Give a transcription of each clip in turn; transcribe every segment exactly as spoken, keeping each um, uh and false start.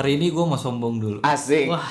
Hari ini gue mau sombong dulu. Asik. Wah,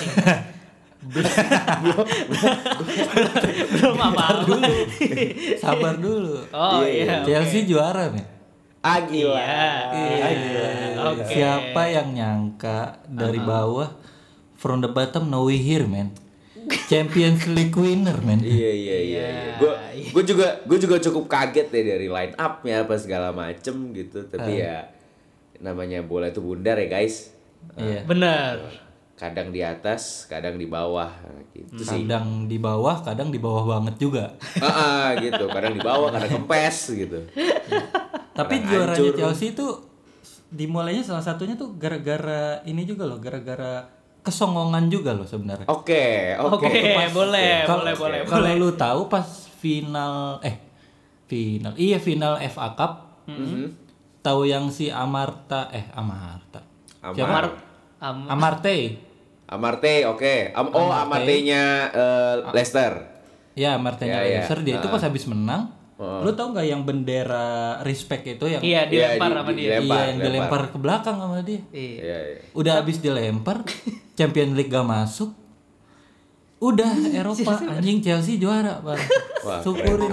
belum belum apa dulu. Sabar dulu. Oh iya. Chelsea juara nih. Ah gila. Iya. Ah, gila. Oke. Siapa yang nyangka dari bawah from the bottom now we here man. Champions League winner man. Iya iya iya. Gue gue juga gue juga cukup kaget deh dari line up-nya apa segala macem gitu. Tapi ya namanya bola itu bundar ya guys. Iya. Benar. Kadang di atas, kadang di bawah gitu sih. Kadang di bawah, kadang di bawah banget juga. Ah ah, gitu. Kadang di bawah, kadang kempes gitu. Tapi Kadang juaranya hancur. Chelsea itu dimulainya salah satunya tuh gara-gara ini juga loh, gara-gara kesongongan juga loh sebenarnya. Oke, oke. Oke, boleh, Kalau- boleh, boleh, Kalau boleh. lu tahu pas final eh final iya final F A Cup, tahu yang si Amarta eh Amarta. Amar- Siapa? Amar, am- Amarte. Amarte, oke. Am- oh, Amarte. Amartenya eh, Leicester. Ya, Amartenya Ya, ya. Leicester dia itu pas habis menang. Lu tahu nggak yang bendera respect itu yang Iya, dilempar Iya, sama di- dia. dilempar. iya, yang dilempar ke belakang sama dia. Iya. Iya, iya. Udah habis dilempar, Champions League gak masuk. Udah Eropa anjing Chelsea juara, Bang. Wah, Syukurin.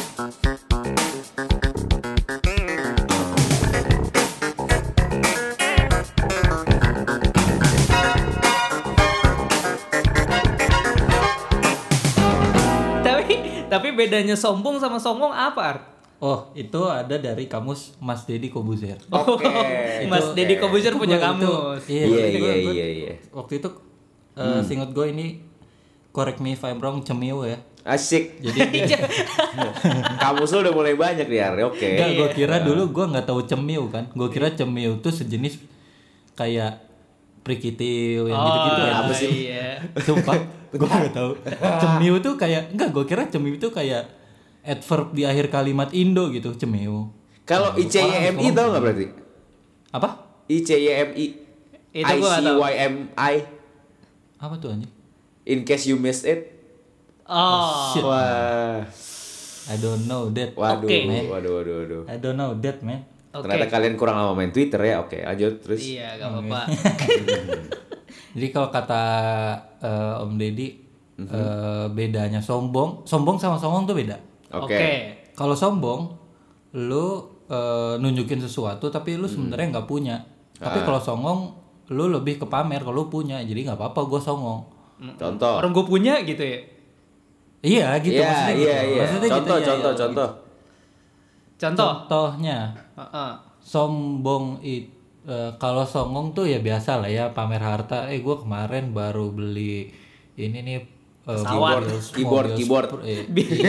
Tapi tapi bedanya sombong sama songong apa, Art? Oh, itu ada dari kamus Mas Deddy Kobuzer. Oke. Mas Deddy Kobuzer Itu punya gua- kamus. itu- Iya, Iya, itu gua- iya, gua- iya, iya. Waktu itu eh seingat gue ini correct me if I'm wrong cemiu ya. Asik. Jadi Kamus lu udah mulai banyak nih, Ar. Oke. enggak gue kira dulu gue nggak tahu cemiu kan. Gue kira cemiu tuh sejenis kayak prikitiu yang gitu-gitu ya. apa sih? Iya. Sumpah, gue gak tahu. Cemiu tuh kayak enggak, gue kira cemiu tuh kayak adverb di akhir kalimat Indo gitu, cemiu. Kalau I C Y M I tau nggak berarti? Apa? I C Y M I. Itu I gua C nggak tahu. Y M I. Apa tuh anjing? In case you missed it. Oh. Shit. Wah. I don't know that. Waduh, Oke. waduh, waduh, waduh. I don't know that, man. Oke. Ternyata kalian kurang lama main Twitter ya. Oke, lanjut terus. Iya, gak apa-apa. Jadi kalau kata eh, Om Deddy eh, bedanya sombong, sombong sama songong tuh beda. Oke. Oke. Kalau sombong, lu eh, nunjukin sesuatu tapi lu sebenarnya nggak punya. Tapi kalau songong, lu lebih ke pamer kalau lu punya. Jadi nggak apa-apa gue songong. Contoh. Orang gue punya gitu ya. Iya gitu Iya, maksudnya. iya, gitu. iya. Maksudnya Contoh, gitu, ya, contoh, ya, contoh. Contoh. Contohnya Heeh. sombong itu kalau songong tuh ya biasa lah ya pamer harta. Eh gue kemarin baru beli ini nih eh, Pesawat. mobil- Keyboard, mobil keyboard. sport- eh, iya,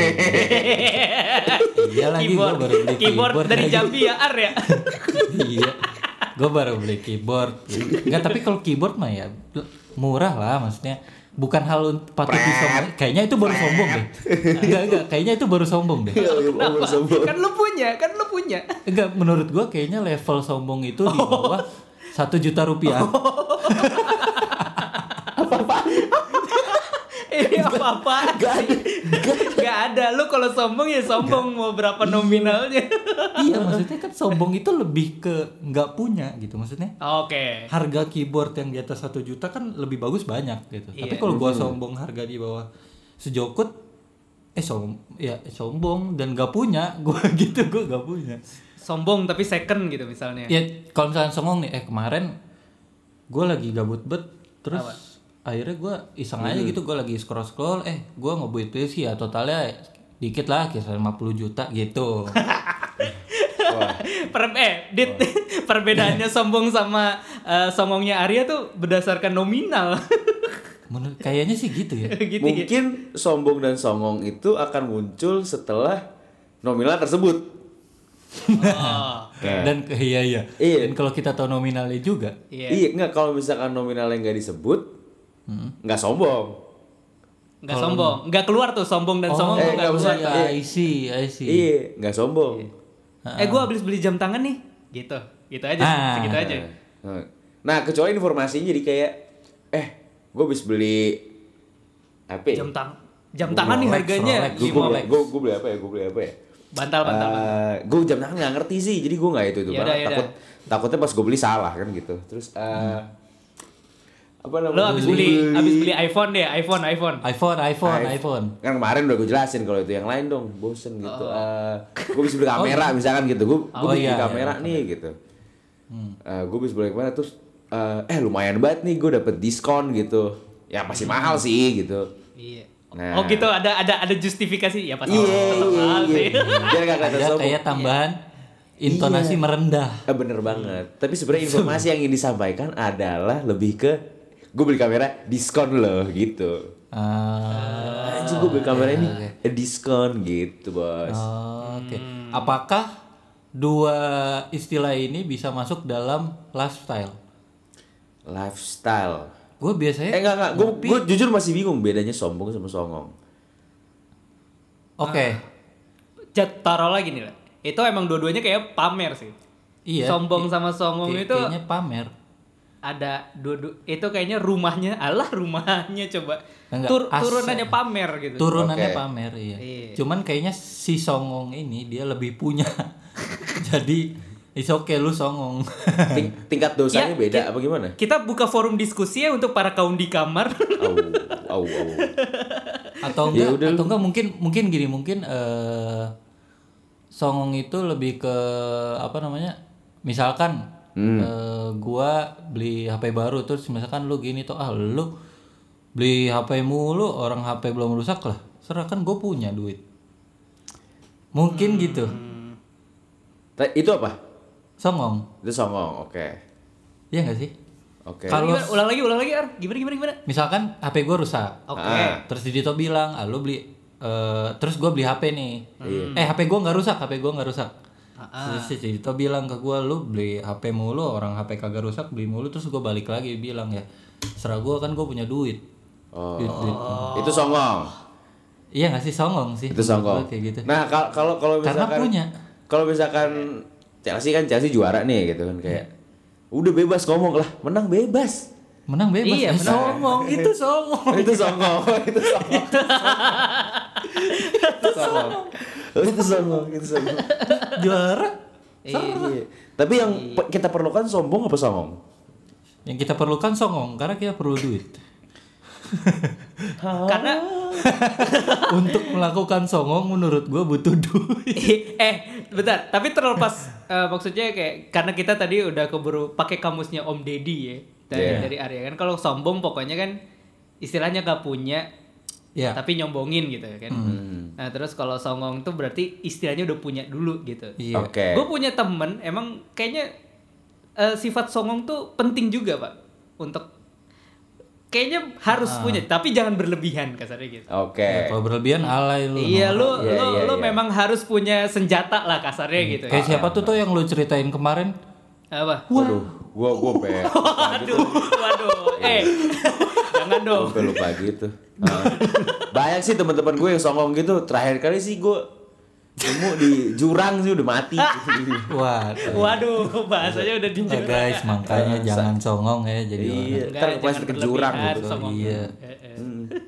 gua- iya lagi gue Keyboard, baru beli keyboard, keyboard dari lagi. Jambi ya, Ar ya. Iya, gue baru beli keyboard. Enggak, tapi kalau keyboard mah ya murah lah, maksudnya bukan hal un- patut disombong. Kayaknya itu baru sombong deh. Enggak, enggak, kayaknya itu baru sombong deh. Kan lu punya, kan lu punya. Enggak, menurut gue kayaknya level sombong itu di bawah satu juta rupiah. Ini apa-apa? Gak ada. Gak ada. Lu kalau sombong ya sombong mau berapa nominalnya. Iya, maksudnya kan sombong itu lebih ke nggak punya gitu, maksudnya. Oke. Harga keyboard yang di atas satu juta kan lebih bagus banyak gitu. Iya. Tapi kalau gua sombong harga di bawah sejokut, eh som, ya sombong dan nggak punya, gua gitu gua nggak punya. Sombong tapi second gitu misalnya. Ya kalau misalnya sombong nih, eh kemarin gua lagi gabut bet, terus Apa? akhirnya gua iseng aja gitu, gua lagi scroll scroll, eh gua ngebuat itu sih ya totalnya dikit lah, kisar lima puluh juta gitu. Per eh, Dit, perbedaannya sombong sama eh, songongnya Arya tuh berdasarkan nominal. Menurut kayaknya sih gitu ya. gitu ya. Mungkin sombong dan songong itu akan muncul setelah nominal tersebut. Oh, Dan ke- iya iya. Iya. Dan kalau kita tahu nominalnya juga, iya. Iya, enggak kalau misalkan nominalnya nggak disebut, nggak sombong. Enggak sombong. Enggak keluar tuh sombong dan songong eh, tuh enggak nggak keluar. usah. ya, I see, I see. Iya, nggak sombong. Eh, gua habis beli jam tangan nih. Gitu. Gitu aja, Ah. segitu aja. Nah, Nah, kecuali informasinya jadi kayak, eh, gue habis beli apa ya? Jam tang jam tangan nih Rolex, harganya Rolex. Gue lima beli, gue gue beli apa ya? Gue beli apa ya? Bantal bantal. Uh, gue jam tangan nggak ngerti sih, jadi gue nggak itu itu Yaudah, banget. yaudah. Takut takutnya pas gue beli salah kan gitu. Terus uh, hmm. apa namanya? Lo abis beli, abis beli iPhone deh, iPhone, iPhone. iPhone, iPhone, I- iPhone. Kan kemarin udah gue jelasin kalau itu yang lain dong, bosen gitu. Oh. Uh, gue bisa beli kamera misalkan gitu, gue gue Oh, beli iya, kamera iya, nih gitu. Hmm. Uh, gue bisa beli kamera terus, uh, eh lumayan banget nih gue dapet diskon gitu. Ya masih mahal sih gitu. Iya. Nah. Oh gitu, ada ada ada justifikasi ya pas Iya, tetap iya, mahal iya. sih. Biar gak kelihatan Ada sombong. kayak tambahan intonasi Iya. merendah. Eh, bener banget. Tapi sebenarnya informasi yang ingin disampaikan adalah lebih ke gue beli kamera diskon loh gitu. Ah, Anjir gue beli kamera oke, ini oke. eh, diskon gitu bos. Oh, Oke. Apakah dua istilah ini bisa masuk dalam lifestyle? Lifestyle. Gue biasanya Eh enggak enggak, gue gue jujur masih bingung bedanya sombong sama songong. Oke. Jat taruh lagi nih lah. Itu emang dua-duanya kayak pamer sih. Iya. Sombong sama songong Kayak- itu kayaknya pamer. ada dua itu kayaknya rumahnya, alah rumahnya coba. Enggak, Tur- as- turunannya pamer gitu. Turunannya Oke. pamer, iya. Iya. Cuman kayaknya si songong ini dia lebih punya. Jadi it's okay lu songong. Ting- tingkat dosanya Ya, beda ki- apa gimana? Kita buka forum diskusi ya untuk para kaum di kamar. Au au au. atau Ya enggak udah. atau enggak mungkin mungkin gini mungkin eh songong itu lebih ke apa namanya misalkan Hmm. eh, gua beli H P baru terus misalkan lu gini tuh ah lu beli H P mulu orang H P belum rusak lah serah kan gue punya duit mungkin gitu Ta- Itu apa? songong Itu songong, oke. ya nggak sih Oke. Kalau- Gimana? Ulang lagi, ulang lagi, Ar. Gimana gimana gimana? misalkan H P gue rusak Oke. Ah. terus Dito bilang ah lu beli eh, terus gue beli H P nih Iya. eh H P gue nggak rusak H P gue nggak rusak Ah, terus si Dito bilang ke gue lu beli H P mulu orang H P kagak rusak beli mulu terus gue balik lagi bilang ya serah gue kan gue punya duit Oh. duit, duit. Itu songong. Iya nggak sih songong sih Itu menurut songong. gua kayak gitu Nah, kal- kalau kalau Karena misalkan punya. Kalau misalkan Chelsea kan Chelsea juara nih gitu kan kayak udah bebas ngomong lah, menang bebas. menang bebas Iya, eh, menang. songong itu songong itu songong, itu songong. itu songong. Itu songong, itu songong. juara Iya. Tapi yang pe- kita perlukan sombong apa songong? yang kita perlukan songong karena kita perlu duit Karena untuk melakukan songong menurut gue butuh duit eh bentar, tapi terlepas eh, maksudnya kayak karena kita tadi udah keburu pakai kamusnya Om Deddy ya dari Yeah. dari Arya kan kalau sombong pokoknya kan istilahnya gak punya ya tapi nyombongin gitu kan. Hmm. Nah, terus kalau songong tuh berarti istilahnya udah punya dulu gitu. iya Oke. Gue punya temen emang kayaknya eh, sifat songong tuh penting juga, Pak. Untuk kayaknya harus Ah. punya, tapi jangan berlebihan kasarnya gitu. Oke. Ya, kalau berlebihan alay lu Iya, lu Iya, lu iya, lu iya. memang harus punya senjata lah kasarnya gitu. kayak siapa tuh tuh yang lu ceritain kemarin Apa? Waduh, gua gua pe. Waduh, waduh. Eh, jangan dong. Gue lupa gitu. Ah. Banyak sih teman-teman gue yang songong gitu. Terakhir kali sih gue nemu di jurang sih udah mati. wah Waduh, bahasanya udah Nah, dijurang. guys, makanya jangan songong ya jadi Iya. orang. Enggak, Ntar jangan pasti ke jurang berlebihan gitu. songong. Iya. Eh, eh.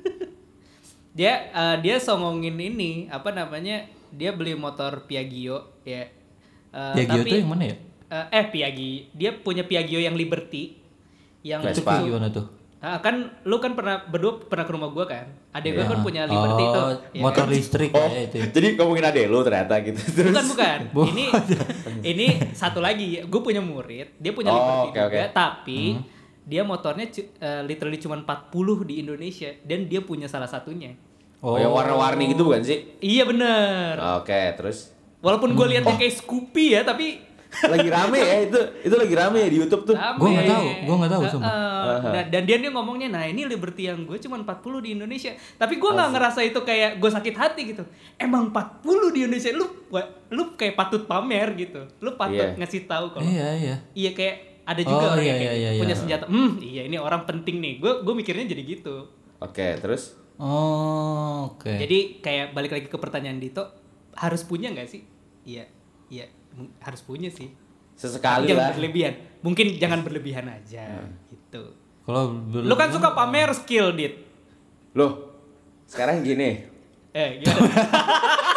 Dia eh, dia songongin ini apa namanya? Dia beli motor Piaggio ya. Eh, Piaggio tapi- tuh yang mana ya? Eh, eh Piaggi, dia punya Piaggio yang Liberty yang Itu Vespa. kayak gimana tuh? Ah, kan lu kan pernah berdua pernah ke rumah gua kan? Adek gua Iya. kan punya Liberty oh, tuh. ya motor kan? listrik Oh, ya itu. jadi ngomongin adek lu ternyata gitu. Terus Bukan bukan. Bu- ini ini satu lagi. Gue punya murid, dia punya Oh, Liberty oke, juga, oke. tapi dia motornya cu- eh, literally cuma empat puluh di Indonesia dan dia punya salah satunya. Oh, yang warna-warni gitu bukan sih? Iya bener. Oke, terus Walaupun gue liatnya Oh. kayak Scoopy ya, tapi lagi rame ya itu. Itu lagi rame ya di YouTube tuh. rame. Gua nggak tahu, gua nggak tahu, Eh, sumpah. eh, dan, dan dia nih ngomongnya, nah ini Liberty yang gue cuma empat puluh di Indonesia. Tapi gue nggak ngerasa itu kayak gue sakit hati gitu. Emang empat puluh di Indonesia, lu lu kayak patut pamer gitu. Lu patut Iya. ngasih tahu kalau Iya, iya. iya kayak ada juga Oh, orang iya, yang kayak iya, gitu, iya, punya iya. senjata. Hmm, iya ini orang penting nih. Gue gue mikirnya jadi gitu. Oke, terus Oh, oke. Jadi kayak balik lagi ke pertanyaan Dito, harus punya nggak sih? Iya, iya m- harus punya sih. sesekali jangan lah. berlebihan. Mungkin jangan berlebihan aja gitu. Kalau Lu kan suka pamer skill, Dit. Loh, sekarang gini. Eh, gimana?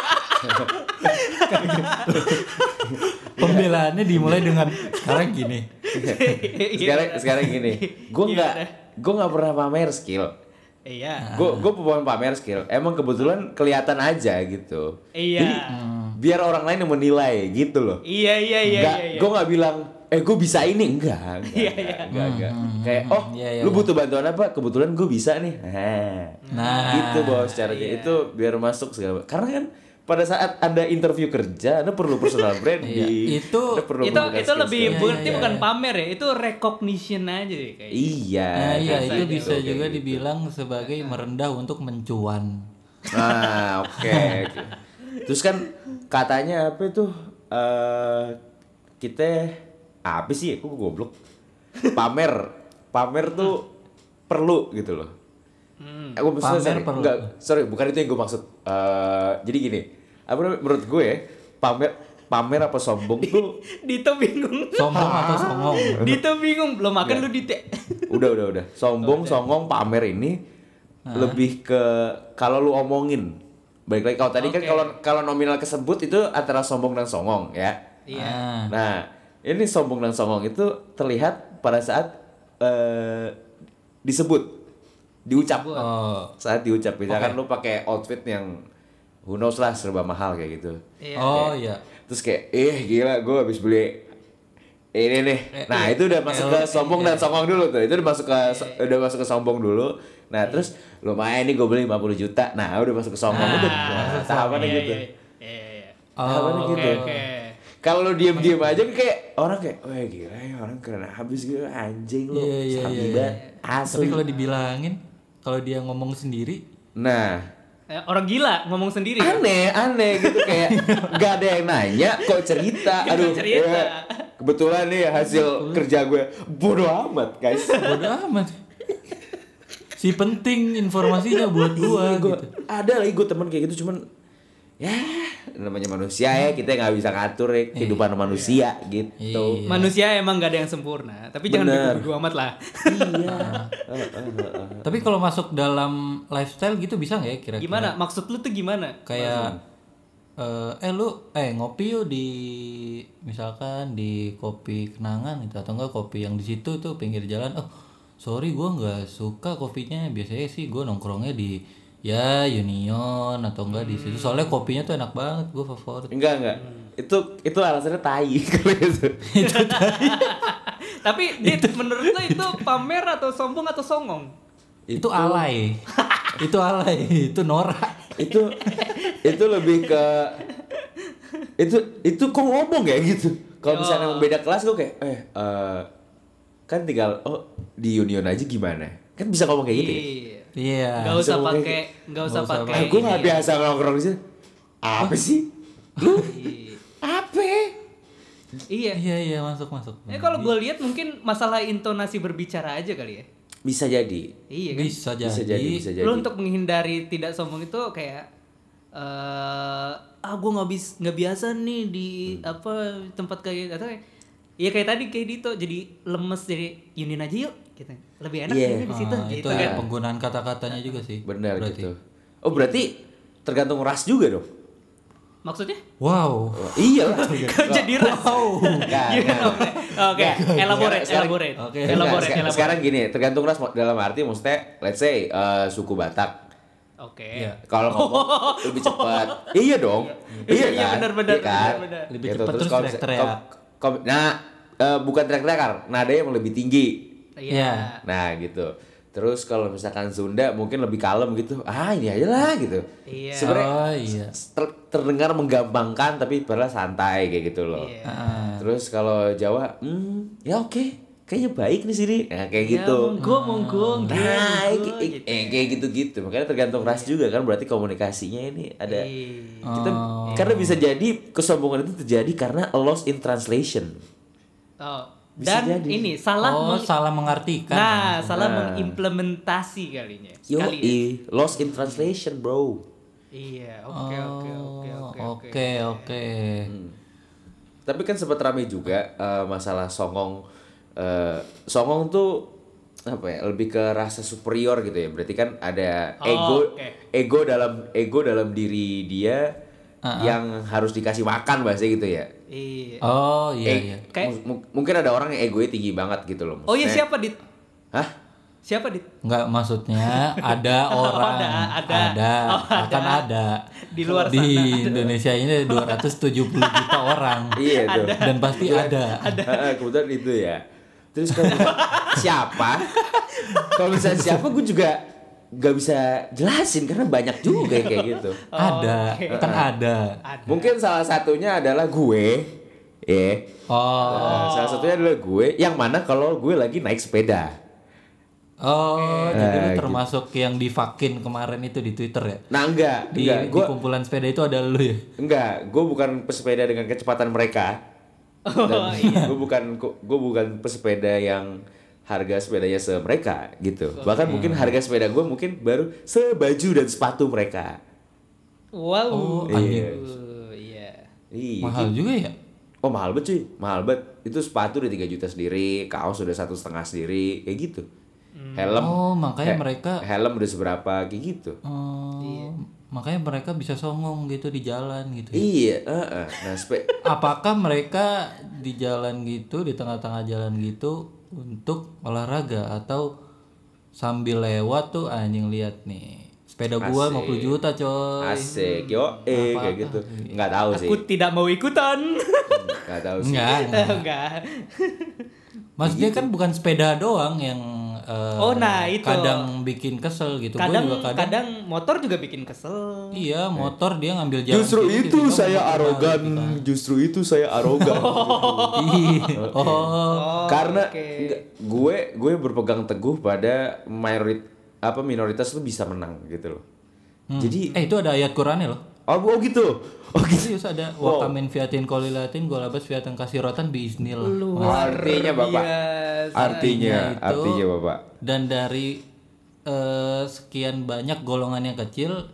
Pembelaannya dimulai dengan sekarang gini. sekarang sekarang gini. Gue nggak gue nggak pernah pamer skill. Iya. Gue gue bukan pamer skill. Emang kebetulan kelihatan aja gitu. Iya. Jadi biar orang lain yang menilai gitu loh. Iya iya iya Nggak, iya. iya. gue nggak bilang eh gue bisa ini enggak, enggak, Iya, enggak, iya. enggak, enggak. Kayak oh Iya, iya, lu iya. butuh bantuan apa? Kebetulan gue bisa nih. Nah, Nah. gitu bos caranya Iya. itu biar masuk segala. Karena kan pada saat Anda interview kerja, Anda perlu personal branding. Iya, itu- Anda perlu itu menggunakan itu lebih skill-skill. berarti iya, bukan iya. pamer ya, itu recognition aja deh kayaknya. Iya. Nah, iya kayak itu gitu, bisa kayak juga gitu. dibilang sebagai merendah untuk mencuan. Ah, oke. oke. Terus kan katanya apa itu eh kita apa sih? Kok goblok. Pamer, pamer tuh perlu gitu loh. Hmm. Eh, gua maksudnya, Pamer sorry, perlu. enggak, sorry, bukan itu yang gue maksud. Eh, jadi gini, apa namanya, menurut gue ya, pamer, pamer apa sombong tuh, Dito bingung. Sombong atau songong. Dito bingung, belum makan Iya. lu Dite. udah udah udah, sombong, songong, pamer ini lebih ke kalau lu omongin. Baik lagi kalau tadi kan Oke. kalau kalau nominal kesebut itu antara sombong dan songong ya. Iya. Ah. Nah, ini sombong dan songong itu terlihat pada saat eh, disebut, diucap. Oh. Saat diucap, misalkan Oke. lu pakai outfit yang who knows lah serba mahal kayak gitu. Iya. Oh iya. Terus kayak, eh gila gue habis beli ini nih. Eh, Nah iya. itu udah masuk ke Eh, sombong iya. dan songong dulu tuh. Itu udah masuk ke udah masuk ke sombong dulu. Nah terus lumayan nih gue beli lima puluh juta. Nah udah masuk ke sombong. Ah, udah nah, tahapannya iya, gitu. Iya, iya, iya. Tahapannya Oh, Oke, gitu. oke. Kalau lu diem-diem aja kayak orang kayak, wah gila ya orang keren habis gitu anjing lu. Iya, iya, sabi iya, iya. banget, Tapi asli. kalau dibilangin, kalau dia ngomong sendiri, Nah Eh, orang gila ngomong sendiri. kan? aneh aneh gitu kayak gak ada yang nanya kok cerita Kok aduh cerita. ya, kebetulan nih hasil kerja gue bodoh amat guys. bodo amat. Si penting informasinya buat gua Iya, gua gitu. ada lagi gue temen kayak gitu cuman ya namanya manusia ya kita nggak bisa ngatur ya kehidupan manusia gitu. Iya. Manusia emang gak ada yang sempurna, tapi jangan Bener. bego-bego amat lah. Iya. Tapi kalau masuk dalam lifestyle gitu bisa nggak ya kira-kira? Gimana? Maksud lu tuh gimana? Kayak eh eh lu eh ngopi yuk di misalkan di kopi kenangan itu atau enggak kopi yang di situ tuh pinggir jalan. Oh sorry gua nggak suka kopinya, biasanya sih gua nongkrongnya di ya Union atau enggak di situ soalnya kopinya tuh enak banget, gua favorit. Enggak enggak. Itu itu alasannya tai kalau itu. Tapi Dit, menurut lu itu pamer atau sombong atau songong? Itu alay. Itu alay, itu norak. itu itu lebih ke itu itu kok ngomong ya gitu. Kalau misalnya Oh. beda kelas gue kayak eh eh, kan tinggal oh di Union aja gimana? Kan bisa ngomong kayak gitu ya. Iya. Iya. Gak usah Semua kayak- pakai, gak usah Nggak usah pakai. Ah, gue ini nggak ya. biasa nongkrong di sini. Apa sih? Lu Iya. apa? Iya. Iya iya masuk masuk. Eh kalau gue lihat mungkin masalah intonasi berbicara aja kali ya. Bisa jadi. Iya kan. Bisa jadi. Bisa jadi, bisa jadi. Lu untuk menghindari tidak sombong itu kayak eh ah gue nggak bis nggak biasa nih di Hmm. apa tempat kayak atau kayak iya kayak tadi kayak Dito jadi lemes jadi Union aja yuk gitu. Lebih enak Iya. kayaknya di situ Ah, gitu itu kan. penggunaan kata-katanya juga sih. Benar berarti. gitu. Oh berarti tergantung ras juga dong. Maksudnya? Wow. Oh, iya lah. Kok jadi ras? Nggak, Gimana? nggak. Oke, elaborate, Sekarang- elaborate. Oke. Enggak, Elaborate, seka- elaborate. sekarang gini, tergantung ras dalam arti maksudnya let's say eh, suku Batak. Oke. Iya. Kalau ngomong lebih cepat. Iya dong. Iya, Iya iya, kan? benar, benar, Iya kan? benar, benar. Lebih Gitu, cepat terus kalau teriak-teriak. kom- kom- Nah, eh, bukan teriak-teriak, nadanya emang lebih tinggi. Iya. Nah, gitu. Terus kalau misalkan Sunda mungkin lebih kalem gitu. Ah, ini aja lah gitu. Iya. Sebenarnya Oh iya. ter- terdengar menggampangkan tapi padahal santai kayak gitu loh. Iya. Ah, Terus kalau Jawa, hmm, ya oke, kayaknya baik nih sini. Nah, kayak Ya, gitu. monggo, monggo, Nah, iya, monggo, eh, gitu. eh, kayak gitu-gitu. Makanya tergantung ras juga kan, berarti komunikasinya ini ada. Iya. Kita Oh. karena bisa jadi kesombongan itu terjadi karena a loss in translation. Oh. Bisa Dan jadi. ini salah oh meng- salah mengartikan. Nah, salah Nah. mengimplementasi kalinya. Yo, Sekali ya. loss in translation, bro. Iya, oke oke oke Oh, oke Oke oke. Tapi kan sempat ramai juga eh, masalah songong. Eh, songong tuh apa ya? Lebih ke rasa superior gitu ya. Berarti kan ada Oh, ego, oke. ego dalam ego dalam diri dia Uh-uh. yang harus dikasih makan bahasa gitu ya. Iya. Oh iya Eh, iya. Kayak- mu- mungkin ada orang yang egonya tinggi banget gitu loh. Oh iya, maksudnya. siapa Dit? Hah? Siapa Dit? Enggak, maksudnya ada orang, ada, ada. ada, Oh, ada. akan ada. Di luar Di sana. Indonesia ini ada dua ratus tujuh puluh juta orang. Iya tuh. Dan pasti ada. Heeh, kebetulan itu ya. Terus kalau siapa? Kalau misalnya siapa gue juga gak bisa jelasin karena banyak juga yang kayak gitu. Ada, oke. kan ada. Ada. Mungkin salah satunya adalah gue, ya. Oh, Nah, salah satunya adalah gue. Yang mana kalau gue lagi naik sepeda. oh, jadi Nah, lu gitu. termasuk yang divakin kemarin itu di Twitter ya? Nah enggak, Di, enggak. di Gue kumpulan sepeda itu ada lu ya? enggak. Gue bukan pesepeda dengan kecepatan mereka. Oh iya. Gue bukan gue bukan pesepeda yang harga sepedanya semereka gitu. Bahkan mungkin harga sepeda gue mungkin baru sebaju dan sepatu mereka. Wow. Oh, Iya. anjing. Uh, iya. Iya. Mahal juga ya? Oh mahal banget cuy, mahal banget. Itu sepatu udah tiga juta sendiri, kaos udah satu setengah sendiri, kayak gitu. Helm. Oh, makanya he- mereka- helm udah seberapa kayak gitu. Oh, Iya. makanya mereka bisa songong gitu di jalan gitu. ya? Iya, heeh. Nah, spe- Apakah mereka di jalan gitu, di tengah-tengah jalan gitu untuk olahraga atau sambil lewat tuh anjing lihat nih sepeda gua Asik. lima puluh juta coy. asik, yo, eh kayak gitu. Nggak tahu sih, Aku tidak mau ikutan. nggak tahu sih. Enggak, enggak. Enggak. Maksudnya kan bukan sepeda doang yang eh, Oh, nah, itu. kadang bikin kesel gitu. Gua Kadang, juga kadang, kadang motor juga bikin kesel. iya motor dia ngambil jalan Justru kiri, itu tiba-tiba saya mau arogan, kebalik gitu. justru itu saya arogan. Iya. Oh, Oh, Karena oke. nggak, gue gue berpegang teguh pada mayorit apa minoritas tuh bisa menang gitu loh. Hmm. Jadi eh itu ada ayat Qurannya loh. oh, oh gitu. Oh gitu. Serius ada Wow. wakamin fiatin kolilatin golabas fiatan kasirotan biiznillah. Luar Artinya, Bapak. biasa. Artinya, itu- artinya Bapak. Dan dari eh, sekian banyak golongan yang kecil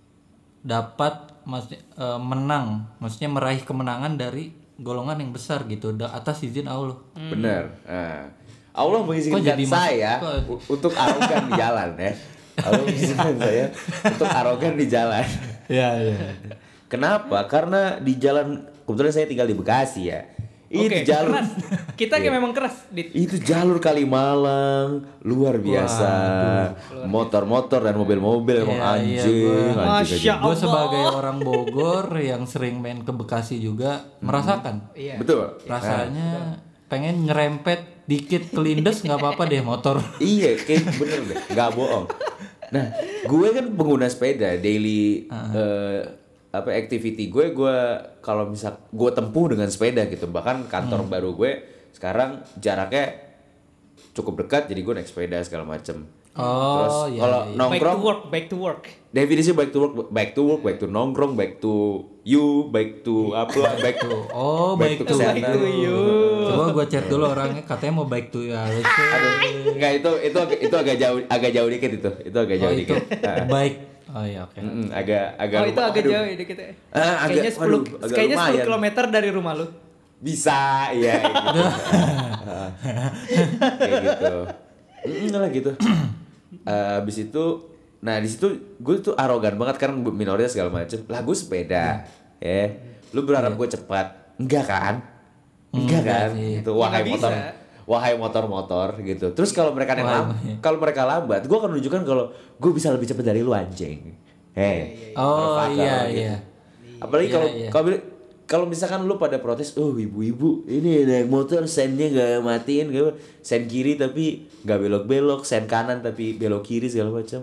dapat maksudnya eh, menang, maksudnya meraih kemenangan dari golongan yang besar gitu, da- atas izin Allah. Bener. Nah, Allah Kok mengizinkan jadi mas- saya kok- u- untuk arogan di jalan ya. Allah mengizinkan saya untuk arogan di jalan. Iya iya. Kenapa? Karena di jalan kebetulan saya tinggal di Bekasi ya. Itu Oke, jalur keras. Kita kayak memang keras. Dit. itu jalur Kalimalang luar biasa. Motor-motor dan mobil-mobil emang Iya, iya, anjing, gua- anjing, Masya anjing. Gue sebagai orang Bogor yang sering main ke Bekasi juga merasakan Iya. Betul. rasanya pengen nyerempet dikit kelindes nggak apa-apa deh motor. Iya, kayak bener deh, nggak bohong. Nah, gue kan pengguna sepeda daily eh, apa activity gue, gue kalau misal gue tempuh dengan sepeda gitu. Bahkan kantor baru gue sekarang jaraknya cukup dekat, jadi gue naik sepeda segala macem. Oh, Terus iya, kalau iya, iya. Back to nongkrong, work, back to work. definisi back to work, back to work, back to nongkrong, back to you, back to apa, back to Oh, back baik to tuh. kesehatan. Back to you. Coba gue chat dulu orangnya katanya mau back to ya. Aduh, enggak itu itu agak- itu agak jauh agak jauh dikit itu. Itu agak Oh jauh itu dikit. Ah. baik. Oh iya oke. Mm-mm, agak agak Oh itu lupa- agak aduh. jauh ya dikit ya. Ah, agak- kayaknya sepuluh, waduh, agak kayaknya sepuluh lumayan. kilometer dari rumah lu. Bisa, iya gitu. Ah, kayak gitu. Mm, lah gitu. Eh, Abis itu, nah di situ gue tuh arogan banget karena minoritas segala macem. Lah gue sepeda, ya. Lu berharap gue cepat? Enggak kan? Enggak kan? sih. Itu Ya, wahai nggak motor, bisa. wahai motor-motor gitu. Terus kalau mereka yang Wahai- lambat, kalau mereka lambat, gue akan menunjukkan kalau gue bisa lebih cepat dari lu anjing. Hei. Oh motherfucker, iya gitu. iya. Apalagi Iya, kalau iya. kalau kalau misalkan lu pada protes, oh ibu-ibu ini naik motor sennya nggak matiin, gak sen kiri tapi nggak belok-belok, sen kanan tapi belok kiri segala macam.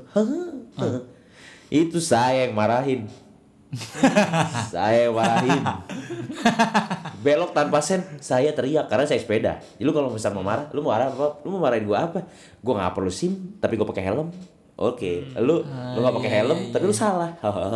Itu saya yang marahin. Saya yang marahin. Belok tanpa sen, saya teriak karena saya sepeda. Jadi lu kalau misal mau marah, lu mau marah apa? Lu mau marahin gua apa? Gua nggak perlu SIM, tapi gua pakai helm. Oke, lu lu nggak pakai iya, helm, iya, tapi lu salah.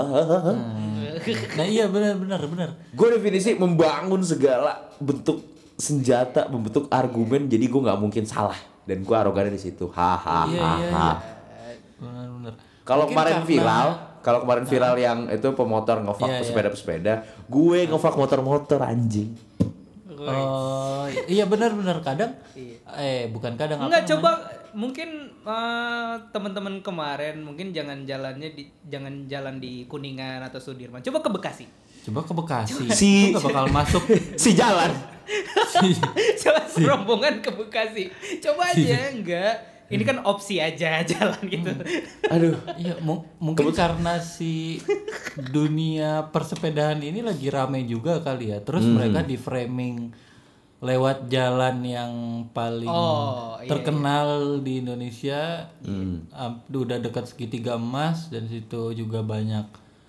Nah iya benar benar benar. Gue definisi membangun segala bentuk senjata, membentuk argumen, jadi gue nggak mungkin salah dan gue arogannya di situ. Hahaha. Iya iya iya. Benar benar. Kalau Mungkin kemarin karena- viral, kalau kemarin viral yang itu pemotor ngevak Iya, iya. pesepeda-pesepeda, gue ngevak motor-motor anjing. Oh iya benar benar kadang eh bukan kadang Enggak, apa coba mungkin eh, teman-teman kemarin mungkin jangan jalannya di jangan jalan di Kuningan atau Sudirman. Coba ke Bekasi. Coba ke Bekasi. Si- Lu nggak bakal masuk. Si jalan. Si- Coba rombongan ke Bekasi. Coba aja enggak. Ini kan opsi aja jalan gitu. Aduh. Iya, mu- mungkin karena si dunia persepedahan ini lagi rame juga kali ya. Terus mereka di framing lewat jalan yang paling Oh, iya, terkenal di Indonesia. Um, udah dekat segitiga emas dan situ juga banyak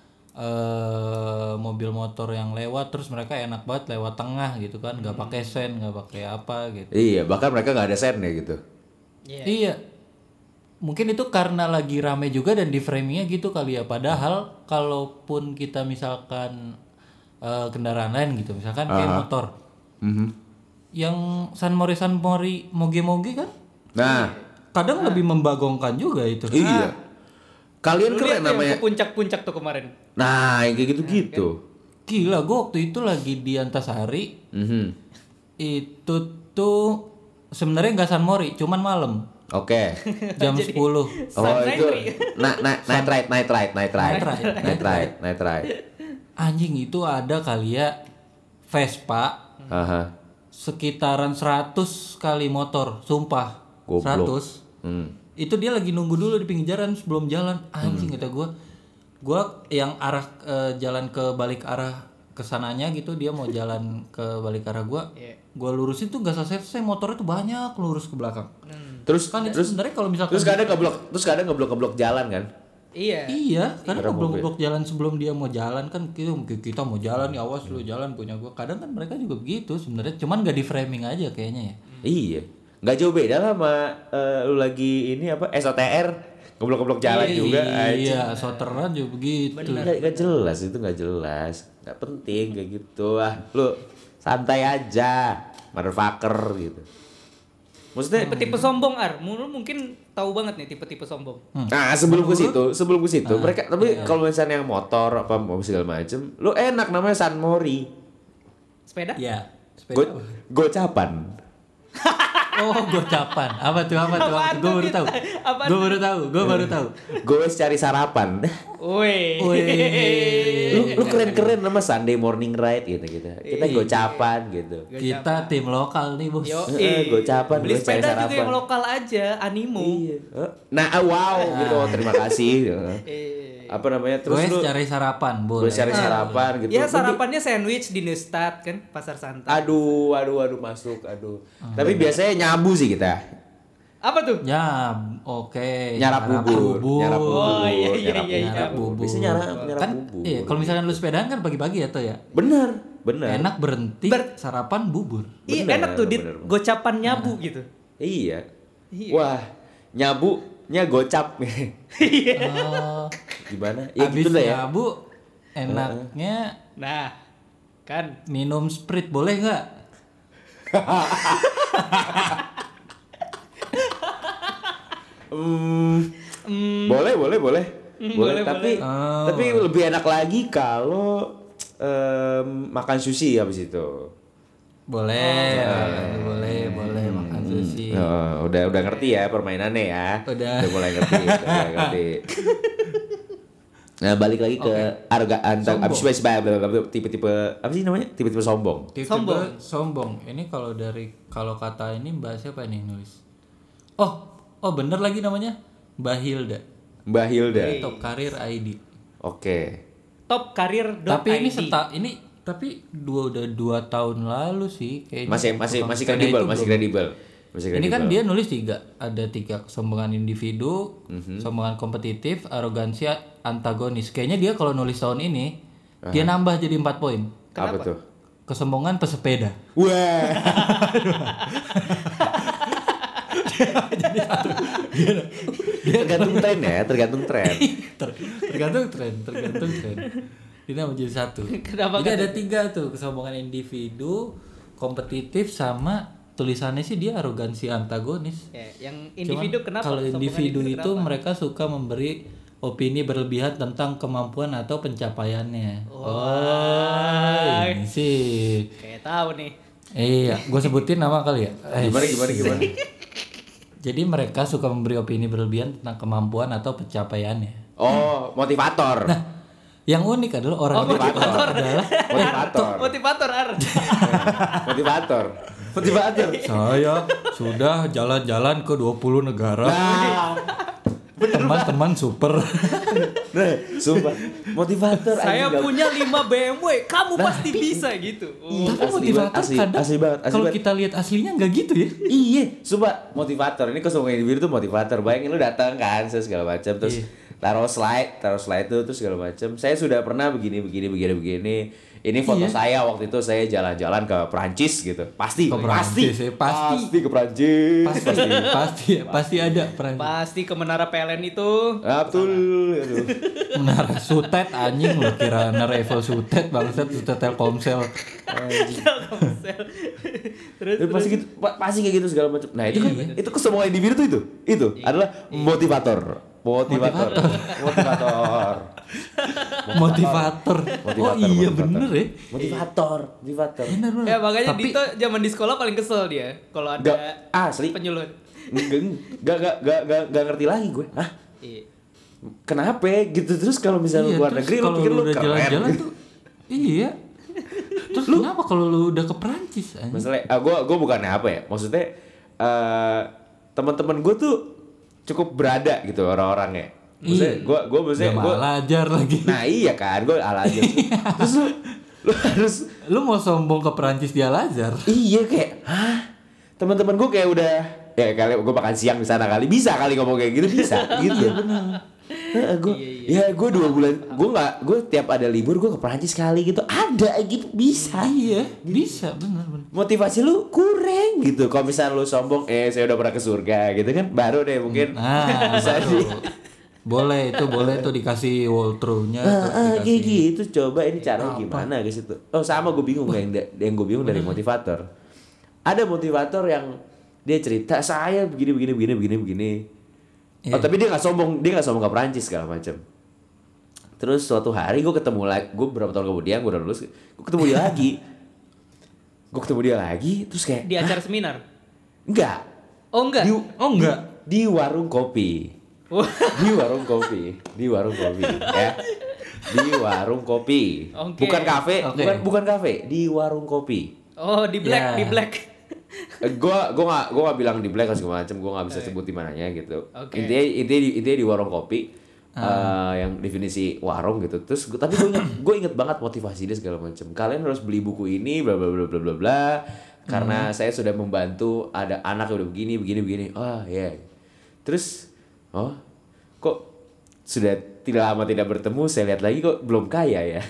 eh mobil motor yang lewat. Terus mereka enak banget lewat tengah gitu kan, nggak pakai sen, nggak pakai apa gitu. Iya, bahkan mereka nggak ada sen ya gitu. Iya. Iya. Mungkin itu karena lagi rame juga dan di framingnya gitu kali ya. Padahal kalaupun kita misalkan eh, kendaraan lain gitu, misalkan kayak motor, Mhm. yang San Mori San Mori moge-moge kan, Nah, kadang lebih membagongkan juga itu. iya. Kalian Lu keren lihat tuh yang namanya. ke puncak-puncak tuh kemarin. Nah, yang kayak gitu-gitu. Gila, gue waktu itu lagi di Antasari, Mhm. itu tuh sebenarnya nggak San Mori, cuman malam Oke. jam sepuluh. Oh, itu na na night ride, night ride, night ride. Night ride. Night ride, night ride. Anjing, itu ada kali ya Vespa Aha. sekitaran seratus kali motor, sumpah. Goblok. seratus. Hmm. Itu dia lagi nunggu dulu di pinggir jalan sebelum jalan. Anjing kata gua. Gua yang arah eh, jalan ke balik arah kesananya gitu, dia mau jalan ke balik arah gua. Iya. Gua lurusin tuh gak selesai-selesai, motornya tuh banyak lurus ke belakang. Terus Kan itu terus sebenarnya kalau misalkan terus kadang ngeblok, terus kadang ngeblok ngeblok jalan kan? Iya. Iya, karena Karena belum mobil. blok jalan sebelum dia mau jalan kan kita kita mau jalan ya awas lu jalan punya gua. Kadang kan mereka juga begitu sebenarnya, cuman gak di framing aja kayaknya ya. Iya. Nggak jauh beda lah sama eh, lu lagi ini apa S O T R ngeblok-ngeblok jalan juga. Iya, soteran juga begitu. Nggak, nggak jelas itu nggak jelas. Nggak penting kayak gitu. Ah, lu santai aja, motherfucker gitu. Maksudnya Tipe-tipe sombong Ar, lu mungkin tahu banget nih tipe-tipe sombong. Nah, sebelum ke situ, sebelum ke situ, mereka tapi iya. kalau misalnya yang motor apa mau segala macem, lu enak namanya San Mori. Sepeda? Iya, Go, sepeda. gocapan. Oh, gocapan. Apa tuh? Apa tuh? Apaan Gue tuh, baru Dit? tahu. Apaan Gue baru tahu. Gue baru tahu. Gue cari sarapan. Woi. Wih. lu lu keren-keren nama Sunday morning ride gitu gitu. Kita Iya. gocapan gitu. Kita tim lokal nih, Bos. Yo, Eh, gocapan, beli gue cari sepeda juga sarapan. yang lokal aja, Animo. Iya. Nah, ah, wow gitu. Terima kasih. Eh. Apa namanya? Terus Gue lu cari sarapan, boleh. gue cari sarapan gitu. Ya Lu- sarapannya sandwich di Neustadt kan, Pasar Santa. Aduh, aduh, aduh masuk, aduh. Tapi biasanya nyabu sih kita. Apa tuh? Ya, oke. Nyarap bubur, nyarap bubur, Oh, iya, iya, nyarap iya, iya. Nyarap bubur. Biasanya nyarap, nyarap Kan, bubur. iya, kalau misalkan lu sepedaan kan pagi-pagi ya tuh ya. Bener, bener. Enak berhenti, Ber- sarapan bubur. Iya Bener, enak tuh dit bener. gocapan nyabu gitu. Iya. Iya. Wah, nyabunya gocap. Oh, Gimana? Ya habis gitu lah ya. nyabu, enaknya Nah, kan minum Sprite boleh nggak? Hmm, Hmm. boleh, boleh, boleh. Hmm, boleh, boleh, tapi boleh. tapi lebih enak lagi kalau em, makan sushi habis itu. Boleh, boleh, boleh, boleh makan sushi. Oh, udah udah ngerti ya permainannya ya. Udah. mulai ngerti, udah mulai ngerti. Nah, balik lagi ke harga antar Sombong. abis abis abis- tipe-tipe apa sih namanya? Tipe-tipe sombong. Tipe-tipe Sombong. sombong. Ini kalau dari kalau kata ini Mbak siapa ini nulis? Oh, oh bener lagi namanya Mbak Hilda. Mbak Hilda. Oke. Top Karir I D. top karir Tapi ini seta ini tapi dua udah dua tahun lalu sih kayaknya. Masih masih Tukang masih sepeda kredibel, itu masih belum. kredibel. Masih Ini kan kredibel. dia nulis tiga, ada tiga kesombongan individu, Mhm. kesombongan kompetitif, arogansi, antagonis. Kayaknya dia kalau nulis tahun ini dia nambah jadi empat poin. Apa tuh? Kesombongan pesepeda. Wah. tergantung tren ya, tergantung tren. Ter- tergantung tren, tergantung tren. Ini nama jadi satu. Kenapa Jadi ada tiga tuh, kesombongan individu, kompetitif, sama tulisannya sih dia arogansi antagonis. Ya, yang Cuman individu kenapa? kalau Kesombongan individu itu kenapa? mereka suka memberi opini berlebihan tentang kemampuan atau pencapaiannya. Oh, ini sih. Kayak tahu nih. Iya, gue sebutin nama kali ya. Eh, Gimana gimana gimana? Jadi mereka suka memberi opini berlebihan tentang kemampuan atau pencapaiannya. Oh, motivator. Nah, Yang unik adalah orang Oh, ini motivator. adalah Motivator. Motivator Ar. Motivator. Motivator. saya sudah jalan-jalan ke dua puluh negara. Nah, Teman-teman super. nah, sumpah. Motivator. Saya anjing, punya lima B M W, kamu pasti bisa gitu. Oh. Tapi Asli motivator banget, asli, kadang asli banget, asli kalau banget. kita lihat aslinya nggak gitu ya. Iya, sumpah motivator. Ini kesombongan individu tuh motivator. Bayangin lu datang kan, segala macam terus Iya. taruh slide, taruh slide tuh terus segala macam. Saya sudah pernah begini begini begini begini. Ini foto Iya. saya waktu itu saya jalan-jalan ke Perancis gitu. Pasti, Ke pasti, Perancis, ya, pasti. pasti ke Perancis. Pasti pasti pasti ada peran. Pasti ke Menara P L N itu. Ah, betul. Aduh. Menara Sutet anjing lo kira Menara Eiffel Sutet bangsat Sutet Telkomsel. Telkomsel. Terus Terus pasti gitu, pa- pasti kayak gitu segala macam. Nah, itu kan Iya. itu kesombongan individu tuh itu. Itu adalah motivator. Motivator. Motivator. Motivator. Oh Motivator, iya motivator. bener ya. Motivator, motivator. Bener bener. ya makanya Tapi Dito zaman di sekolah paling kesel dia kalau ada Gak, asli. penyulut. Enggak, enggak, enggak, enggak, enggak, enggak ngerti lagi gue. Hah? Iya. Kenapa gitu? Terus kalau misalnya iya, luar terus negeri lu kalau pikir lu udah keren. jalan-jalan tuh iya. Terus kenapa kalau lu udah ke Perancis anjing? Masalah, ah, gue, gue bukannya apa ya? Maksudnya eh teman-teman gue tuh cukup berada gitu orang-orangnya. Maksudnya, Iya. gue, gue maksudnya, Gak gue, belajar lagi. nah iya kan, gue ala aja. Terus lu, lu harus, Lu mau sombong ke Perancis di Al-Azhar? iya kayak, hah? Teman-teman gue kayak udah, ya kali gue makan siang di sana kali, bisa kali ngomong kayak gitu, bisa, gitu. Heeh, gue, ya gue dua bulan, gue nggak, gue tiap ada libur gue ke Perancis kali gitu, ada gitu, bisa. Iya, bisa bener bener. Motivasi lu kurang gitu. Kalau misalnya lu sombong, eh saya udah pernah ke surga gitu kan, baru deh mungkin. Nah, bisa baru. di. Boleh itu boleh tuh dikasih walkthrough-nya. Ah, terus ah, kayak dikasih- gitu. Coba ini caranya gimana guys itu. Oh sama gue bingung yang da- yang gue bingung dari motivator. Ada motivator yang dia cerita saya begini begini begini begini begini. Oh Iya. tapi dia nggak sombong, dia nggak sombong ke Perancis segala macam. Terus suatu hari gue ketemu lagi, gue berapa tahun kemudian gue udah lulus, gue ketemu dia lagi. Gue ketemu dia lagi, terus kayak Di acara seminar. enggak. Oh enggak. Di, Oh enggak. di warung kopi. Wah. Di warung kopi, di warung kopi, ya. Di warung kopi. Oke. Bukan kafe, Oke. bukan bukan kafe, di warung kopi. Oh di black, Ya. di black. Eh, gua gua nggak gua nggak bilang di black atau segala macam, gua nggak bisa sebut di mananya gitu. Oke. Intinya intinya di, intinya di warung kopi. eh, yang definisi warung gitu. Terus gua, tapi gue inget, gue inget banget motivasi dia segala macam. Kalian harus beli buku ini bla bla bla bla bla bla karena saya sudah membantu ada anak yang udah begini begini begini. Oh ya. Yeah. Terus oh kok sudah tidak lama tidak bertemu, saya lihat lagi kok belum kaya ya.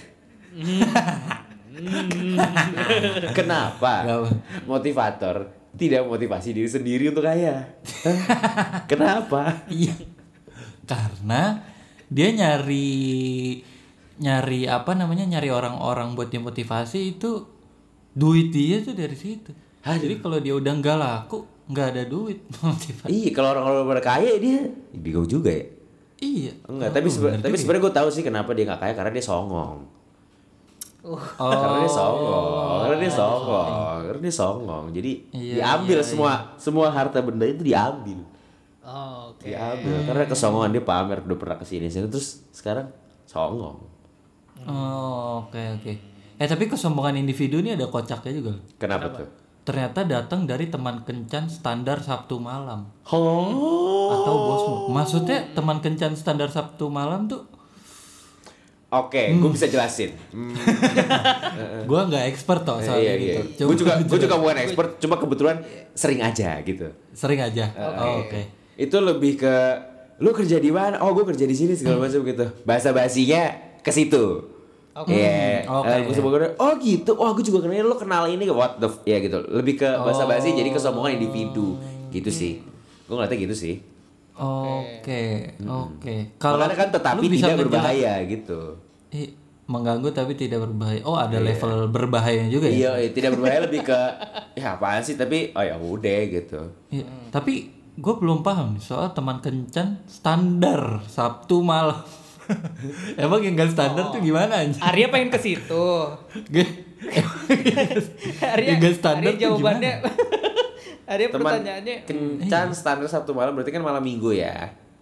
Kenapa? Kenapa? Motivator tidak motivasi diri sendiri untuk kaya. Hah? Kenapa? Iya. Karena dia nyari nyari apa namanya nyari orang-orang buat dia motivasi itu duit dia tuh dari situ. Aduh. Jadi kalau dia udah nggak laku nggak ada duit motivasi. Iya, kalau orang-orang pada kaya dia bingung juga ya. Iya. Enggak, Oh, tapi sebe- bener tapi juga. sebenarnya gue tahu sih kenapa dia nggak kaya karena dia songong. Oh. Karena dia songong, karena dia songong, karena dia songong. Jadi Iya, diambil iya, semua semua harta benda itu diambil. Oh, oke. Diambil karena kesongongan dia pamer udah pernah kesini sini terus sekarang songong. Oh, oke oke. Eh tapi kesombongan individu ini ada kocaknya juga. Kenapa tuh? Ternyata datang dari teman kencan standar Sabtu malam Oh. atau bosmu. Maksudnya teman kencan standar Sabtu malam tuh Oke, gue bisa jelasin. Hmm. gua nggak expert toh soal iya, gitu. iya. Coba Gue juga lu gue juga jelasin. bukan expert, cuma kebetulan sering aja gitu. Sering aja. Oh, oke. Itu lebih ke lu kerja di mana? Oh, gue kerja di sini segala macam gitu. Bahasa basinya ke situ. Oke. Iya. Oke. Eh, gua sebagai, oh gitu. Oh, aku juga kenal lu kenal ini what the f-? Ya gitu. Lebih ke bahasa basi jadi kesombongan individu. Gitu sih. Gue ngeliatnya gitu sih. Oke, oke. Makanya kan tetapi lu bisa tidak ngejela- berbahaya gitu. Ih, mengganggu tapi tidak berbahaya. Oh, ada level berbahayanya juga ya? Iya, iya, tidak berbahaya lebih ke ya apaan sih tapi oh ya udah gitu. Iya. Tapi gue belum paham nih soal teman kencan standar Sabtu malam. Emang yang gak standar tuh gimana anjing? Arya pengen ke situ. Ge- Arya, Yang gak standar Arya tuh jawabannya. Arya Teman pertanyaannya. kencan standar Sabtu malam berarti kan malam Minggu ya.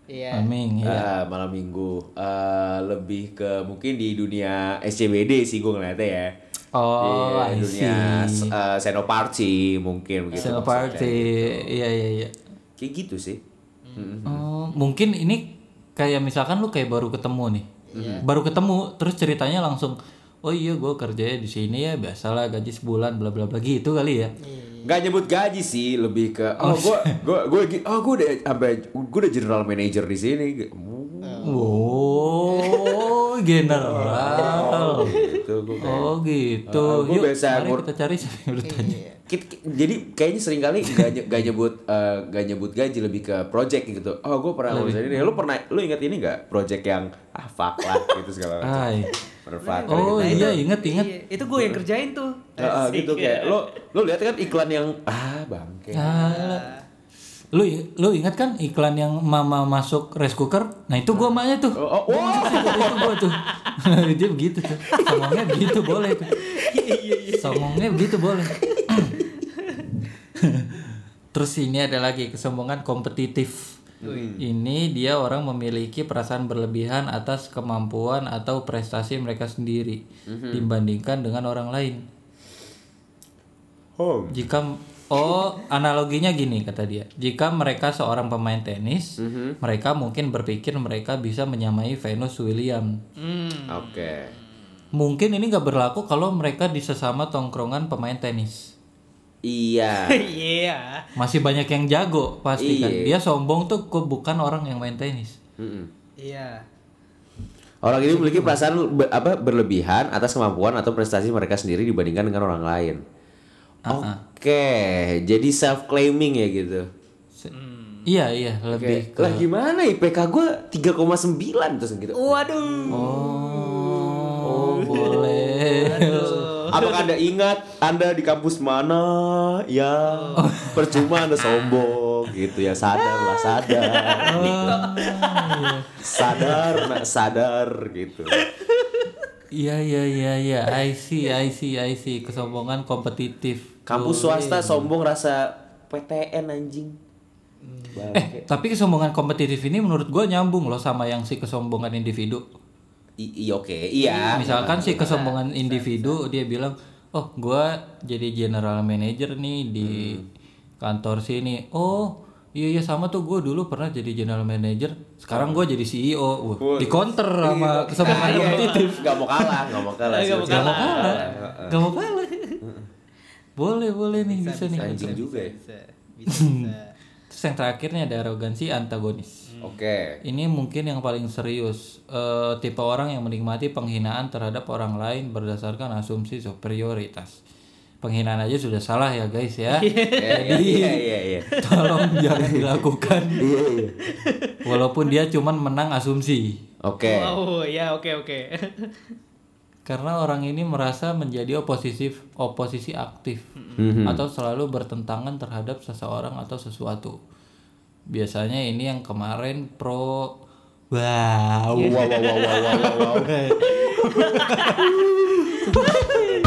Iya. Farming, Eh, iya. malam minggu. Eh, lebih ke mungkin di dunia S C B D sih gue ngeliatnya ya. Oh, Di I dunia see. uh, Senoparty mungkin begitu. Seno maksudnya. party, iya iya iya. Kayak gitu sih. Mm. Oh, mungkin ini kayak misalkan lu kayak baru ketemu nih, baru ketemu, terus ceritanya langsung, oh iya gue kerjanya di sini ya, biasalah gaji sebulan, bla bla bla gitu kali ya. Gak nyebut gaji sih, lebih ke oh gue gue gue oh gue udah sampai gue udah general manager di sini. Oh, general. Gitu gue kayak. Oh gitu. Uh, gua Yuk, biasa mari ngur- kita cari siapa yang udah tanya. Kit- kit- jadi kayaknya sering kali gak, ny- gak nyebut uh, gak nyebut gaji, lebih ke project gitu. Oh gue pernah ngurus ini. Lu pernah lu ingat ini gak project yang ah fuck lah gitu segala macam. Hai. Berfaktor Oh gitu. iya, inget inget. Iya, itu gue yang kerjain tuh. Ah, ah, gitu kayak lo lo lihat kan iklan yang ah bangke. Ah, lu lu ingat kan iklan yang mama masuk rice cooker? Nah itu gua maknya tuh. Oh, oh, oh. itu gua tuh. Dia begitu tuh. Songongnya begitu boleh tuh. Songongnya begitu boleh. Terus ini ada lagi kesombongan kompetitif. Ini dia orang memiliki perasaan berlebihan atas kemampuan atau prestasi mereka sendiri dibandingkan dengan orang lain. Home. Jika oh analoginya gini kata dia, jika mereka seorang pemain tenis, mereka mungkin berpikir mereka bisa menyamai Venus Williams. Oke. Mungkin ini nggak berlaku kalau mereka di sesama tongkrongan pemain tenis. Iya. Iya. Masih banyak yang jago pasti kan. Iya. Dia sombong tuh kok bukan orang yang main tenis. Mm-mm. Iya. Orang ini memiliki perasaan be- apa berlebihan atas kemampuan atau prestasi mereka sendiri dibandingkan dengan orang lain. Oke, jadi self claiming ya gitu. Se- Iya iya lebih Oke. Lah gimana I P K gue tiga koma sembilan terus gitu. Waduh. Oh, boleh. Apakah Anda ingat Anda di kampus mana? Ya, percuma Anda sombong gitu ya, sadar lah, sadar. Sadar, nak sadar gitu. Iya iya iya iya, I see I see I see, kesombongan kompetitif. Kampus swasta sombong rasa P T N anjing. Eh, tapi kesombongan kompetitif ini menurut gua nyambung loh sama yang si kesombongan individu. I, i- oke, iya. Misalkan si kesombongan individu dia bilang, "Oh, gua jadi general manager nih di kantor sini." Oh, iya iya sama tuh gua dulu pernah jadi general manager. Sekarang gua jadi C E O. Wah, di counter sama kesombongan kompetitif. Gak mau kalah, gak mau kalah. Gak mau Gak mau kalah. Gak mau kalah. Boleh boleh nih bisa, nih. Anjing juga ya. Bisa. Bisa. Terus yang terakhirnya ada arogansi antagonis. Oke. Ini mungkin yang paling serius. Eh, tipe orang yang menikmati penghinaan terhadap orang lain berdasarkan asumsi superioritas. Penghinaan aja sudah salah ya guys ya. Iya iya iya iya. Tolong jangan dilakukan. Iya iya. Walaupun dia cuman menang asumsi. Oke. Oh, ya oke oke. Karena orang ini merasa menjadi oposisi oposisi aktif atau selalu bertentangan terhadap seseorang atau sesuatu. Biasanya ini yang kemarin pro wow. Wow wow wow wow wow wow.